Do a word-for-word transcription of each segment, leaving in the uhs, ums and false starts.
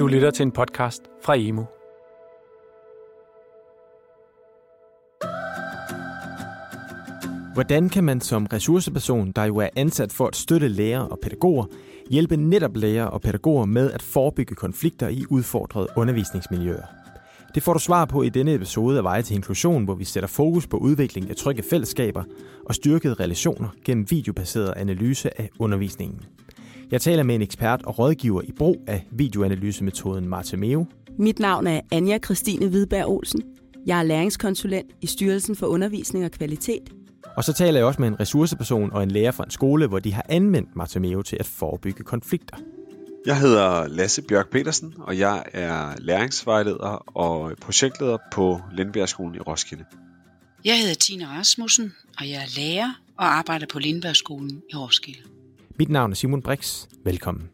Du lytter til en podcast fra Emo. Hvordan kan man som ressourceperson, der jo er ansat for at støtte lærere og pædagoger, hjælpe netop lærere og pædagoger med at forebygge konflikter i udfordrede undervisningsmiljøer? Det får du svar på i denne episode af Veje til Inklusion, hvor vi sætter fokus på udvikling af trygge fællesskaber og styrkede relationer gennem videobaseret analyse af undervisningen. Jeg taler med en ekspert og rådgiver i brug af videoanalysemetoden Martimeo. Mit navn er Anja Christine Hvidberg Olsen. Jeg er læringskonsulent i Styrelsen for Undervisning og Kvalitet. Og så taler jeg også med en ressourceperson og en lærer fra en skole, hvor de har anvendt Martimeo til at forebygge konflikter. Jeg hedder Lasse Bjørk Petersen, og jeg er læringsvejleder og projektleder på Lindbergskolen i Roskilde. Jeg hedder Tina Rasmussen, og jeg er lærer og arbejder på Lindbergskolen i Roskilde. Mit navn er Simon Brix. Velkommen.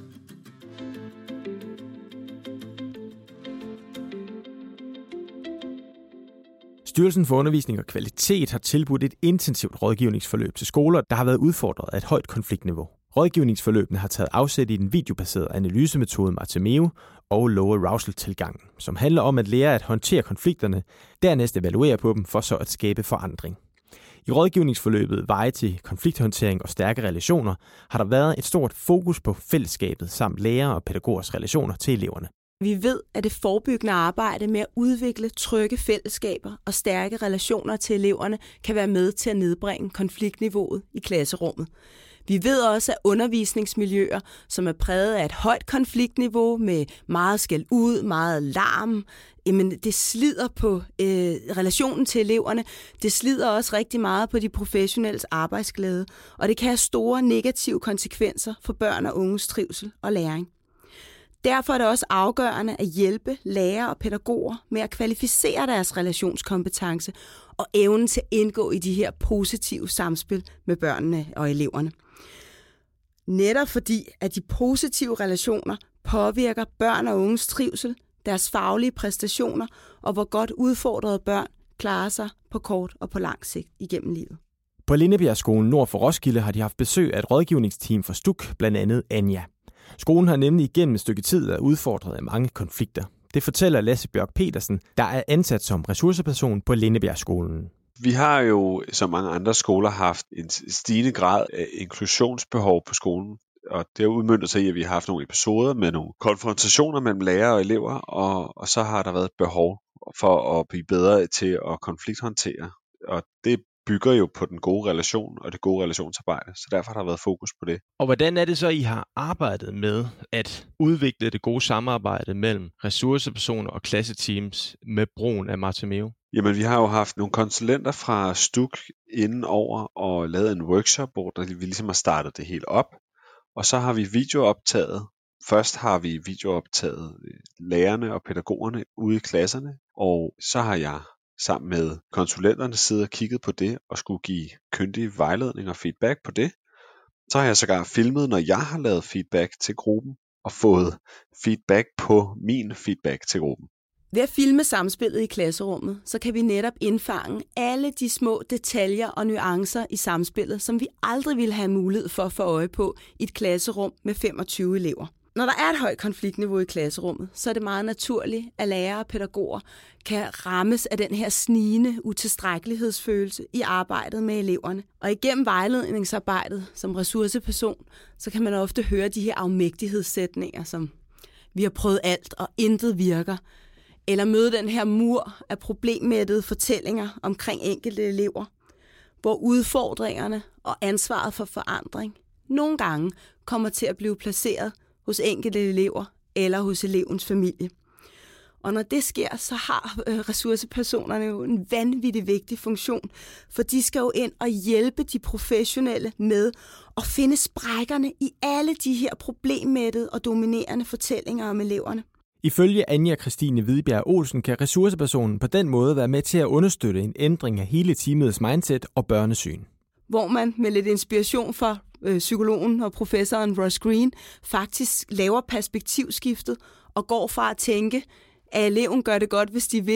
Styrelsen for Undervisning og Kvalitet har tilbudt et intensivt rådgivningsforløb til skoler, der har været udfordret af et højt konfliktniveau. Rådgivningsforløbene har taget afsæt i den videobaserede analysemetode Martimeo og low arousal-tilgangen, som handler om at lære at håndtere konflikterne, dernæst evaluere på dem for så at skabe forandring. I rådgivningsforløbet Veje til konflikthåndtering og stærke relationer har der været et stort fokus på fællesskabet samt lærere og pædagogers relationer til eleverne. Vi ved, at det forebyggende arbejde med at udvikle trygge fællesskaber og stærke relationer til eleverne kan være med til at nedbringe konfliktniveauet i klasserummet. Vi ved også, at undervisningsmiljøer, som er præget af et højt konfliktniveau med meget skæld ud, meget larm, jamen det slider på øh, relationen til eleverne. Det slider også rigtig meget på de professionelles arbejdsglæde, og det kan have store negative konsekvenser for børn og unges trivsel og læring. Derfor er det også afgørende at hjælpe lærere og pædagoger med at kvalificere deres relationskompetence og evnen til at indgå i de her positive samspil med børnene og eleverne. Netop fordi, at de positive relationer påvirker børn og unges trivsel, deres faglige præstationer og hvor godt udfordrede børn klarer sig på kort og på lang sigt igennem livet. På Lindebjergskolen nord for Roskilde har de haft besøg af et rådgivningsteam fra Stuk, blandt andet Anja. Skolen har nemlig igennem et stykke tid været udfordret af mange konflikter. Det fortæller Lasse Bjørk Petersen, der er ansat som ressourceperson på Lindebjergskolen. Vi har jo, som mange andre skoler, haft en stigende grad af inklusionsbehov på skolen. Og det har udmøntet sig i, at vi har haft nogle episoder med nogle konfrontationer mellem lærere og elever, og, og så har der været et behov for at blive bedre til at konflikthåndtere. Og det bygger jo på den gode relation og det gode relationsarbejde, så derfor har der været fokus på det. Og hvordan er det så, I har arbejdet med at udvikle det gode samarbejde mellem ressourcepersoner og klasseteams med brugen af Martimeo? Jamen, vi har jo haft nogle konsulenter fra Stuk inden over og lavet en workshop, hvor der, vi ligesom har startet det helt op. Og så har vi videooptaget. Først har vi videooptaget lærerne og pædagogerne ude i klasserne, og så har jeg sammen med konsulenterne siddet og kigget på det og skulle give kyndig vejledning og feedback på det. Så har jeg sågar filmet, når jeg har lavet feedback til gruppen og fået feedback på min feedback til gruppen. Ved at filme samspillet i klasserummet, så kan vi netop indfange alle de små detaljer og nuancer i samspillet, som vi aldrig ville have mulighed for at få øje på i et klasserum med femogtyve elever. Når der er et højt konfliktniveau i klasserummet, så er det meget naturligt, at lærere og pædagoger kan rammes af den her snigende utilstrækkelighedsfølelse i arbejdet med eleverne. Og igennem vejledningsarbejdet som ressourceperson, så kan man ofte høre de her afmægtighedssætninger, som vi har prøvet alt og intet virker. Eller møde den her mur af problemmættede fortællinger omkring enkelte elever, hvor udfordringerne og ansvaret for forandring nogle gange kommer til at blive placeret hos enkelte elever eller hos elevens familie. Og når det sker, så har ressourcepersonerne jo en vanvittig vigtig funktion, for de skal jo ind og hjælpe de professionelle med at finde sprækkerne i alle de her problemmættede og dominerende fortællinger om eleverne. Ifølge Anja Christine Hvidberg Olsen kan ressourcepersonen på den måde være med til at understøtte en ændring af hele teamets mindset og børnesyn. Hvor man med lidt inspiration fra øh, psykologen og professoren Ross Green faktisk laver perspektivskiftet og går fra at tænke, at eleven gør det godt, hvis de vil,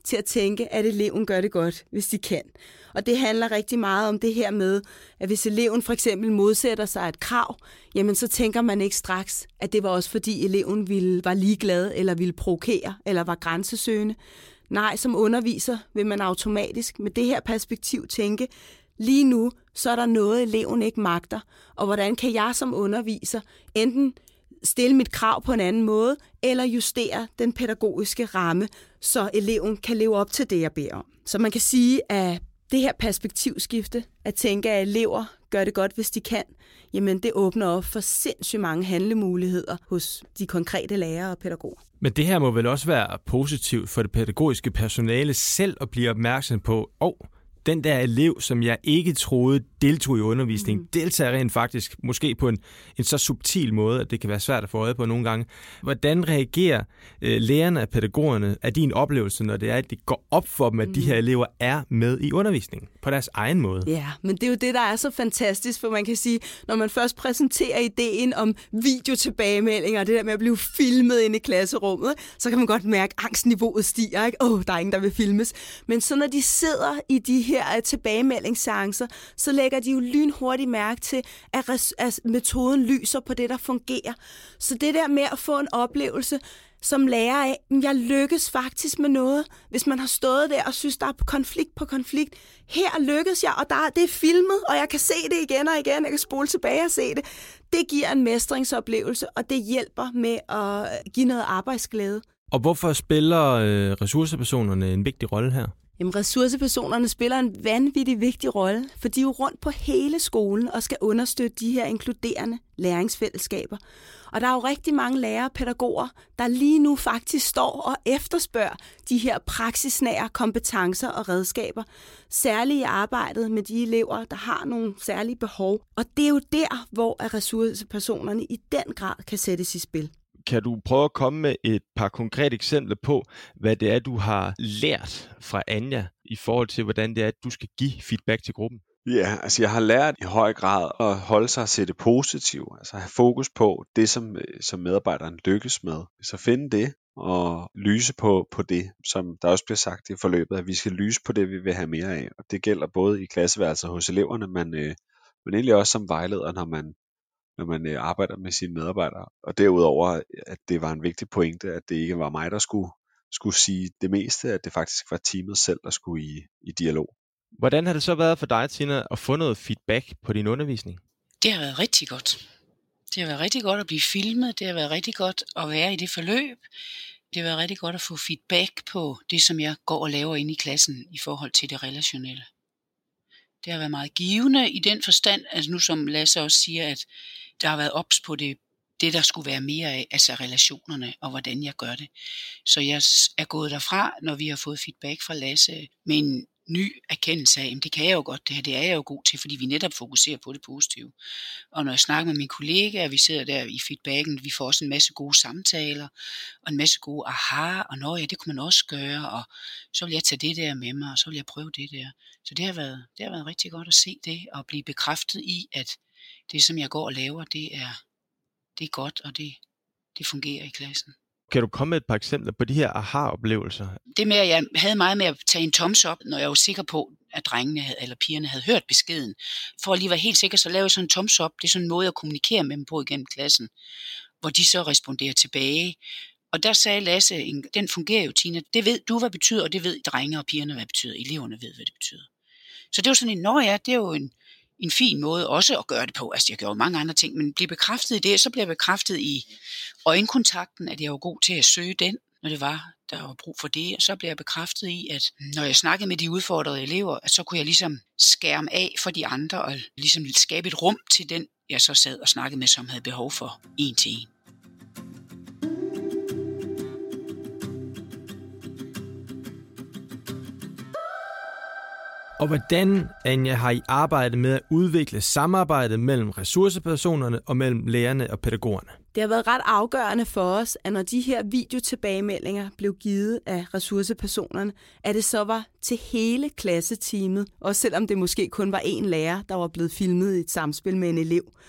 til at tænke, at eleven gør det godt, hvis de kan. Og det handler rigtig meget om det her med, at hvis eleven for eksempel modsætter sig et krav, jamen så tænker man ikke straks, at det var også fordi eleven ville, var ligeglad, eller ville provokere, eller var grænsesøgende. Nej, som underviser vil man automatisk med det her perspektiv tænke, lige nu så er der noget, eleven ikke magter, og hvordan kan jeg som underviser enten stille mit krav på en anden måde, eller justere den pædagogiske ramme, så eleven kan leve op til det, jeg beder om. Så man kan sige, at det her perspektivskifte, at tænke, at elever gør det godt, hvis de kan, jamen det åbner op for sindssygt mange handlemuligheder hos de konkrete lærere og pædagoger. Men det her må vel også være positivt for det pædagogiske personale selv at blive opmærksom på, åh, oh, den der elev, som jeg ikke troede deltog i undervisningen, mm. deltager rent faktisk måske på en, en så subtil måde, at det kan være svært at få øje på nogle gange. Hvordan reagerer øh, lærerne og pædagogerne af din oplevelse, når det er, at det går op for dem, at mm. de her elever er med i undervisningen på deres egen måde? Ja, men det er jo det, der er så fantastisk, for man kan sige, når man først præsenterer ideen om videotilbagemeldinger, og det der med at blive filmet inde i klasserummet, så kan man godt mærke, at angstniveauet stiger, ikke? Åh, oh, der er ingen, der vil filmes. Men så når de sidder i de her tilbagemeldingsseancer, så lægger de jo lynhurtigt mærke til, at, res- at metoden lyser på det, der fungerer. Så det der med at få en oplevelse som lærer af, jeg lykkes faktisk med noget. Hvis man har stået der og synes, der er konflikt på konflikt, her lykkes jeg, og der, det er filmet, og jeg kan se det igen og igen, jeg kan spole tilbage og se det. Det giver en mestringsoplevelse, og det hjælper med at give noget arbejdsglæde. Og hvorfor spiller øh, ressourcepersonerne en vigtig rolle her? Jamen, ressourcepersonerne spiller en vanvittig vigtig rolle, for de er jo rundt på hele skolen og skal understøtte de her inkluderende læringsfællesskaber. Og der er jo rigtig mange lærere og pædagoger, der lige nu faktisk står og efterspørger de her praksisnære kompetencer og redskaber, særligt i arbejdet med de elever, der har nogle særlige behov. Og det er jo der, hvor ressourcepersonerne i den grad kan sættes i spil. Kan du prøve at komme med et par konkrete eksempler på, hvad det er, du har lært fra Anja i forhold til, hvordan det er, at du skal give feedback til gruppen? Ja, altså jeg har lært i høj grad at holde sig og sætte positivt, altså have fokus på det, som, som medarbejderen lykkes med. Så finde det og lyse på, på det, som der også bliver sagt i forløbet, at vi skal lyse på det, vi vil have mere af. Og det gælder både i klasseværelser hos eleverne, men, øh, men egentlig også som vejleder, når man når man øh, arbejder med sine medarbejdere. Og derudover, at det var en vigtig pointe, at det ikke var mig, der skulle, skulle sige det meste, at det faktisk var teamet selv, der skulle i, i dialog. Hvordan har det så været for dig, Tina, at få noget feedback på din undervisning? Det har været rigtig godt. Det har været rigtig godt at blive filmet. Det har været rigtig godt at være i det forløb. Det har været rigtig godt at få feedback på det, som jeg går og laver inde i klassen i forhold til det relationelle. Det har været meget givende i den forstand, altså nu som Lasse også siger, at der har været ops på det, det, der skulle være mere af, altså relationerne og hvordan jeg gør det. Så jeg er gået derfra, når vi har fået feedback fra Lasse, med en ny erkendelse af, at det kan jeg jo godt, det her, det er jeg jo god til, fordi vi netop fokuserer på det positive. Og når jeg snakker med mine kollegaer, vi sidder der i feedbacken, vi får også en masse gode samtaler, og en masse gode aha, og nå ja, det kunne man også gøre, og så vil jeg tage det der med mig, og så vil jeg prøve det der. Så det har været, det har været rigtig godt at se det, og blive bekræftet i, at det, som jeg går og laver, det er, det er godt, og det, det fungerer i klassen. Kan du komme med et par eksempler på de her aha-oplevelser? Det med, at jeg havde meget med at tage en thumbs up, når jeg var sikker på, at drengene havde, eller pigerne havde hørt beskeden. For at lige være helt sikker, så lavede jeg sådan en thumbs up. Det er sådan en måde at kommunikere med dem på igennem klassen, hvor de så responderer tilbage. Og der sagde Lasse, den fungerer jo, Tina. Det ved du, hvad det betyder, og det ved drenge og pigerne, hvad det betyder. Eleverne ved, hvad det betyder. Så det var sådan en, nå ja, det er jo en, en fin måde også at gøre det på. Altså, jeg gjorde mange andre ting, men blev bekræftet i det, så blev jeg bekræftet i øjenkontakten, at jeg var god til at søge den, når det var, der var brug for det. Og så blev jeg bekræftet i, at når jeg snakkede med de udfordrede elever, at så kunne jeg ligesom skærme af for de andre, og ligesom skabe et rum til den, jeg så sad og snakkede med, som havde behov for en til en. Og hvordan, Anja, har I arbejdet med at udvikle samarbejdet mellem ressourcepersonerne og mellem lærerne og pædagogerne? Det har været ret afgørende for os, at når de her videotilbagemeldinger blev givet af ressourcepersonerne, at det så var til hele klasseteamet, også selvom det måske kun var én lærer, der var blevet filmet i et samspil med en elev.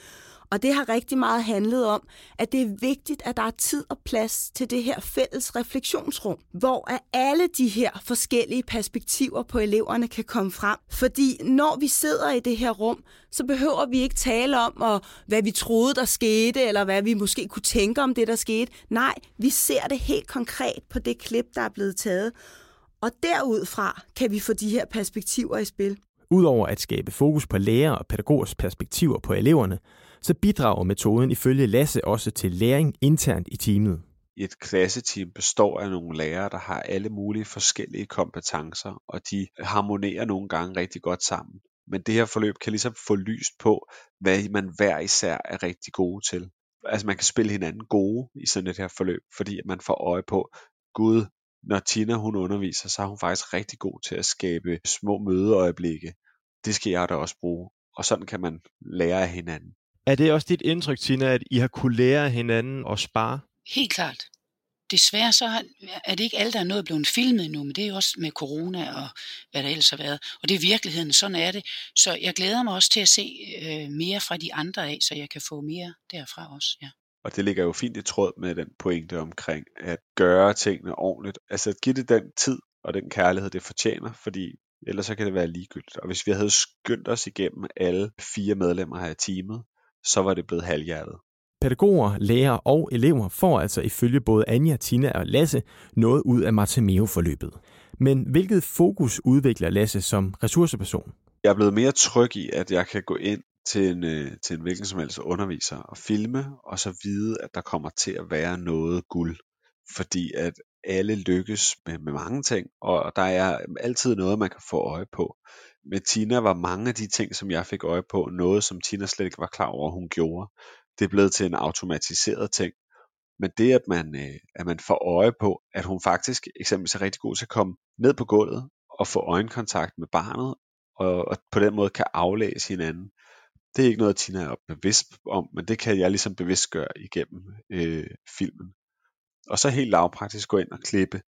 Og det har rigtig meget handlet om, at det er vigtigt, at der er tid og plads til det her fælles refleksionsrum, hvor alle de her forskellige perspektiver på eleverne kan komme frem. Fordi når vi sidder i det her rum, så behøver vi ikke tale om, og hvad vi troede, der skete, eller hvad vi måske kunne tænke om det, der skete. Nej, vi ser det helt konkret på det klip, der er blevet taget. Og derudfra kan vi få de her perspektiver i spil. Udover at skabe fokus på lærer og pædagogers perspektiver på eleverne, så bidrager metoden ifølge Lasse også til læring internt i teamet. Et klasseteam består af nogle lærere, der har alle mulige forskellige kompetencer, og de harmonerer nogle gange rigtig godt sammen. Men det her forløb kan ligesom få lyst på, hvad man hver især er rigtig gode til. Altså man kan spille hinanden gode i sådan et her forløb, fordi man får øje på, gud, når Tina hun underviser, så er hun faktisk rigtig god til at skabe små mødeøjeblikke. Det skal jeg da også bruge. Og sådan kan man lære af hinanden. Er det også dit indtryk, Tina, at I har kunne lære af hinanden og spare? Helt klart. Desværre så er det ikke alle, der er noget blevet filmet nu, men det er jo også med corona og hvad der ellers har været. Og det er virkeligheden, sådan er det. Så jeg glæder mig også til at se øh, mere fra de andre af, så jeg kan få mere derfra også, ja. Og det ligger jo fint i tråd med den pointe omkring at gøre tingene ordentligt. Altså at give det den tid og den kærlighed, det fortjener, fordi ellers så kan det være ligegyldigt. Og hvis vi havde skyndt os igennem alle fire medlemmer her i teamet, så var det blevet halvhjertet. Pædagoger, lærere og elever får altså ifølge både Anja, Tina og Lasse noget ud af Martimeo-forløbet. Men hvilket fokus udvikler Lasse som ressourceperson? Jeg er blevet mere tryg i, at jeg kan gå ind til en, til en hvilken som helst underviser og filme, og så vide, at der kommer til at være noget guld. Fordi at alle lykkes med, med mange ting, og der er altid noget, man kan få øje på. Med Tina var mange af de ting, som jeg fik øje på, noget som Tina slet ikke var klar over, hun gjorde. Det er blevet til en automatiseret ting. Men det, at man, øh, at man får øje på, at hun faktisk eksempelvis er rigtig god til at komme ned på gulvet og få øjenkontakt med barnet, og, og på den måde kan aflæse hinanden. Det er ikke noget, Tina er bevidst om, men det kan jeg ligesom bevidstgøre igennem øh, filmen. Og så helt lavpraktisk gå ind og klippe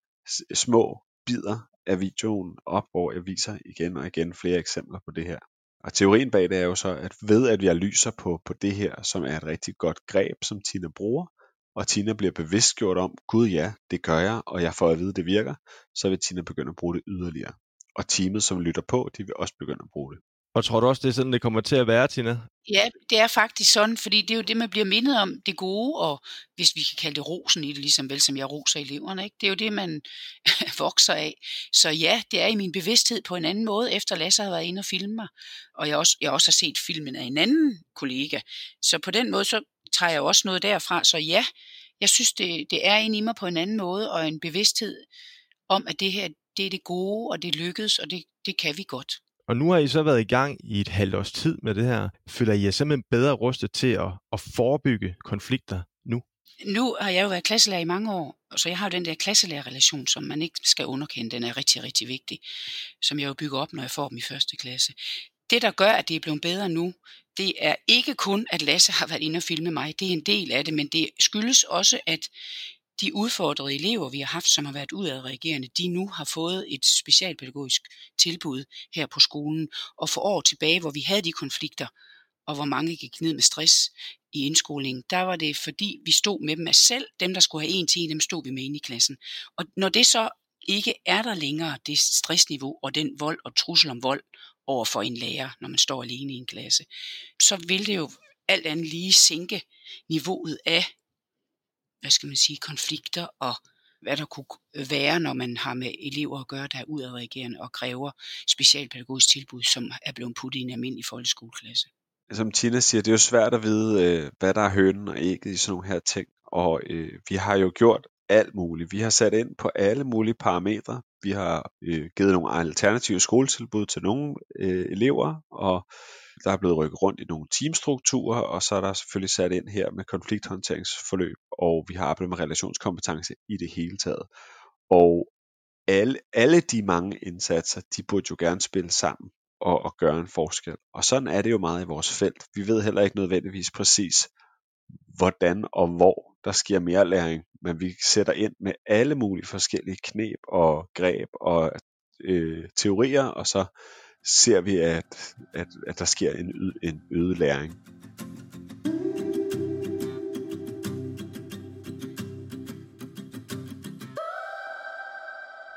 små bidder af videoen op, hvor jeg viser igen og igen flere eksempler på det her. Og teorien bag det er jo så, at ved at jeg lyser på, på det her, som er et rigtig godt greb, som Tina bruger, og Tina bliver bevidstgjort om, gud ja, det gør jeg, og jeg får at vide, det virker, så vil Tina begynde at bruge det yderligere. Og teamet, som lytter på, de vil også begynde at bruge det. Og tror du også, det er sådan, det kommer til at være, Tina? Ja, det er faktisk sådan, fordi det er jo det, man bliver mindet om, det gode, og hvis vi kan kalde det rosen i det, ligesom vel som jeg roser eleverne, ikke? Det er jo det, man vokser af. Så ja, det er i min bevidsthed på en anden måde, efter Lasse har været inde og filme mig, og jeg også, jeg også har set filmen af en anden kollega. Så på den måde, så tager jeg også noget derfra. Så ja, jeg synes, det, det er inde i mig på en anden måde, og en bevidsthed om, at det her, det er det gode, og det lykkedes, og det, det kan vi godt. Og nu har I så været i gang i et halvt års tid med det her. Føler I jer simpelthen bedre rustet til at, at forebygge konflikter nu? Nu har jeg jo været klasselærer i mange år, så jeg har jo den der klasselærerrelation, som man ikke skal underkende. Den er rigtig, rigtig vigtig, som jeg jo bygger op, når jeg får dem i første klasse. Det, der gør, at det er blevet bedre nu, det er ikke kun, at Lasse har været inde og filme mig. Det er en del af det, men det skyldes også, at de udfordrede elever, vi har haft, som har været udadreagerende, de nu har fået et specialpædagogisk tilbud her på skolen. Og for år tilbage, hvor vi havde de konflikter, og hvor mange gik ned med stress i indskolingen, der var det, fordi vi stod med dem af selv. Dem, der skulle have en til, dem stod vi med inde i klassen. Og når det så ikke er der længere, det stressniveau og den vold og trussel om vold over for en lærer, når man står alene i en klasse, så vil det jo alt andet lige sænke niveauet af, hvad skal man sige, konflikter og hvad der kunne være, når man har med elever at gøre, der er udadreagerende og kræver specialpædagogisk tilbud, som er blevet puttet i en almindelig folkeskoleklasse. Som Tina siger, det er jo svært at vide, øh, hvad der er hønen og ægget i sådan nogle her ting, og øh, vi har jo gjort alt muligt. Vi har sat ind på alle mulige parametre. Vi har øh, givet nogle alternative skoletilbud til nogle øh, elever, og der er blevet rykket rundt i nogle teamstrukturer, og så er der selvfølgelig sat ind her med konflikthåndteringsforløb, og vi har arbejdet med relationskompetence i det hele taget. Og alle, alle de mange indsatser, de burde jo gerne spille sammen og, og gøre en forskel. Og sådan er det jo meget i vores felt. Vi ved heller ikke nødvendigvis præcis, hvordan og hvor der sker mere læring, men vi sætter ind med alle mulige forskellige knep og greb og øh, teorier, og så ser vi, at, at, at der sker en, en øget læring.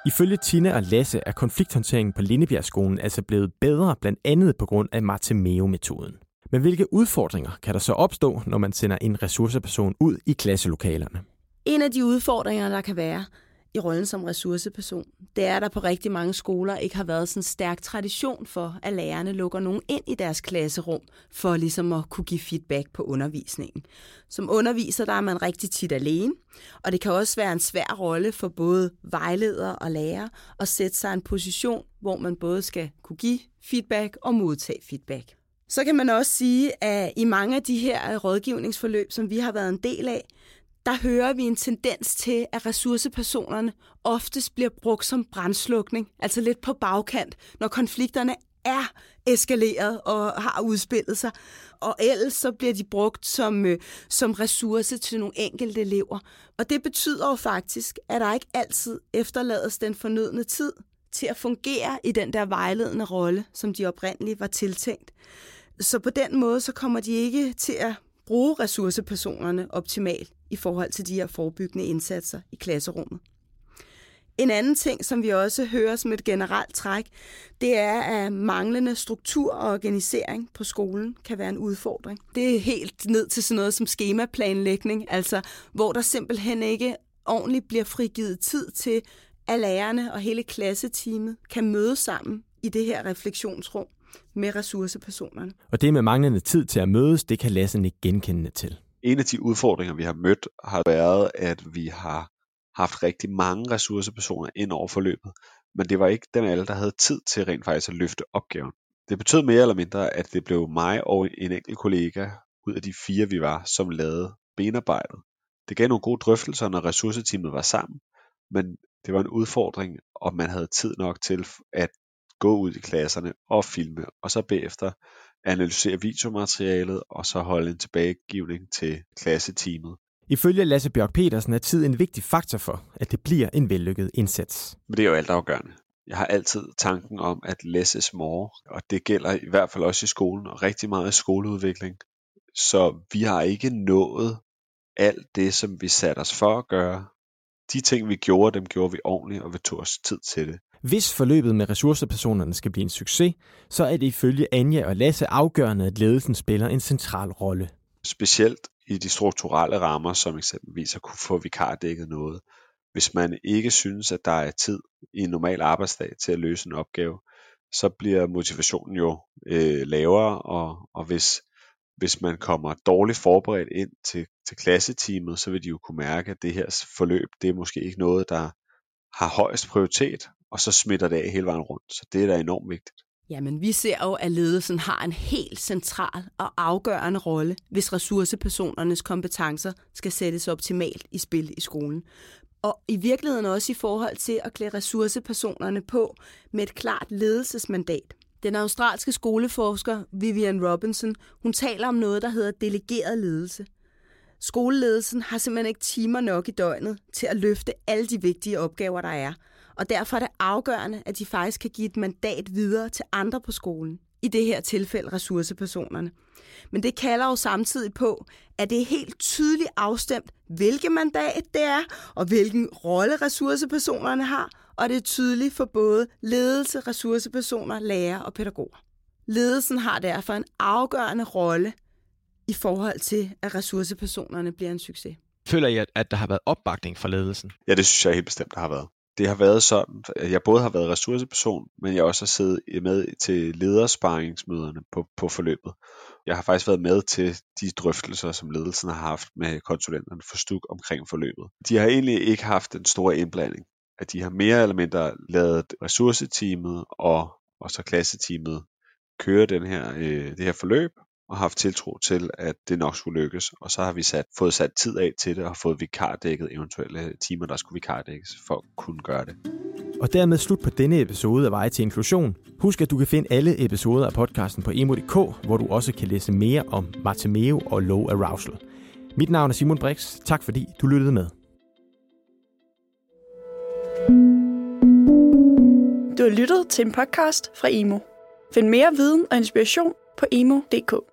Ifølge Tina og Lasse er konflikthåndteringen på Lindebjergskolen altså blevet bedre, blandt andet på grund af Martimeo-metoden. Men hvilke udfordringer kan der så opstå, når man sender en ressourceperson ud i klasselokalerne? En af de udfordringer, der kan være i rollen som ressourceperson, det er, at der på rigtig mange skoler ikke har været sådan en stærk tradition for, at lærerne lukker nogen ind i deres klasserum, for ligesom at kunne give feedback på undervisningen. Som underviser, der er man rigtig tit alene, og det kan også være en svær rolle for både vejledere og lærere at sætte sig i en position, hvor man både skal kunne give feedback og modtage feedback. Så kan man også sige, at i mange af de her rådgivningsforløb, som vi har været en del af, der hører vi en tendens til, at ressourcepersonerne oftest bliver brugt som brandslukning, altså lidt på bagkant, når konflikterne er eskaleret og har udspillet sig. Og ellers så bliver de brugt som, øh, som ressource til nogle enkelte elever. Og det betyder jo faktisk, at der ikke altid efterlades den fornødne tid til at fungere i den der vejledende rolle, som de oprindeligt var tiltænkt. Så på den måde så kommer de ikke til at bruge ressourcepersonerne optimalt i forhold til de her forebyggende indsatser i klasserummet. En anden ting, som vi også hører som et generelt træk, det er, at manglende struktur og organisering på skolen kan være en udfordring. Det er helt ned til sådan noget som skemaplanlægning, altså hvor der simpelthen ikke ordentligt bliver frigivet tid til, at lærerne og hele klasseteamet kan møde sammen i det her refleksionsrum med ressourcepersonerne. Og det med manglende tid til at mødes, det kan Lasse ikke genkende til. En af de udfordringer, vi har mødt, har været, at vi har haft rigtig mange ressourcepersoner ind over forløbet, men det var ikke dem alle, der havde tid til rent faktisk at løfte opgaven. Det betød mere eller mindre, at det blev mig og en enkelt kollega ud af de fire, vi var, som lavede benarbejdet. Det gav nogle gode drøftelser, når ressourceteamet var sammen, men det var en udfordring, om man havde tid nok til at gå ud i klasserne og filme, og så bagefter analysere videomaterialet, og så holde en tilbagegivning til klasseteamet. Ifølge Lasse Bjørk Petersen er tid en vigtig faktor for, at det bliver en vellykket indsats. Men det er jo altafgørende. Jeg har altid tanken om, at less is more, og det gælder i hvert fald også i skolen, og rigtig meget i skoleudvikling. Så vi har ikke nået alt det, som vi satte os for at gøre. De ting, vi gjorde, dem gjorde vi ordentligt, og vi tog os tid til det. Hvis forløbet med ressourcepersonerne skal blive en succes, så er det ifølge Anja og Lasse afgørende, at ledelsen spiller en central rolle. Specielt i de strukturelle rammer, som eksempelvis at kunne få vikardækket noget. Hvis man ikke synes, at der er tid i en normal arbejdsdag til at løse en opgave, så bliver motivationen jo øh, lavere, og, og hvis, hvis man kommer dårligt forberedt ind til, til klasseteamet, så vil de jo kunne mærke, at det her forløb, det er måske ikke noget, der har højst prioritet, og så smitter det af hele vejen rundt. Så det er da enormt vigtigt. Jamen, vi ser jo, at ledelsen har en helt central og afgørende rolle, hvis ressourcepersonernes kompetencer skal sættes optimalt i spil i skolen. Og i virkeligheden også i forhold til at klæde ressourcepersonerne på med et klart ledelsesmandat. Den australske skoleforsker Vivian Robinson, hun taler om noget, der hedder delegeret ledelse. Skoleledelsen har simpelthen ikke timer nok i døgnet til at løfte alle de vigtige opgaver, der er. Og derfor er det afgørende, at de faktisk kan give et mandat videre til andre på skolen. I det her tilfælde ressourcepersonerne. Men det kalder jo samtidig på, at det er helt tydeligt afstemt, hvilket mandat det er, og hvilken rolle ressourcepersonerne har. Og det er tydeligt for både ledelse, ressourcepersoner, lærere og pædagoger. Ledelsen har derfor en afgørende rolle i forhold til, at ressourcepersonerne bliver en succes. Føler I, at der har været opbakning fra ledelsen? Ja, det synes jeg helt bestemt, der har været. Det har været sådan, at jeg både har været ressourceperson, men jeg også har siddet med til ledersparringsmøderne på, på forløbet. Jeg har faktisk været med til de drøftelser, som ledelsen har haft med konsulenterne for Stuk omkring forløbet. De har egentlig ikke haft en stor indblanding. At de har mere eller mindre lavet ressourceteamet og, og så klasseteamet køre den her, øh, det her forløb, og haft tiltro til, at det nok skulle lykkes. Og så har vi sat, fået sat tid af til det, og fået vikardækket eventuelle timer, der skulle vikardækkes, for at kunne gøre det. Og dermed slut på denne episode af Veje til Inklusion. Husk, at du kan finde alle episoder af podcasten på emo punktum d k, hvor du også kan læse mere om Martimeo og low arousal. Mit navn er Simon Brix. Tak fordi du lyttede med. Du har lyttet til en podcast fra Emo. Find mere viden og inspiration på emo punktum d k.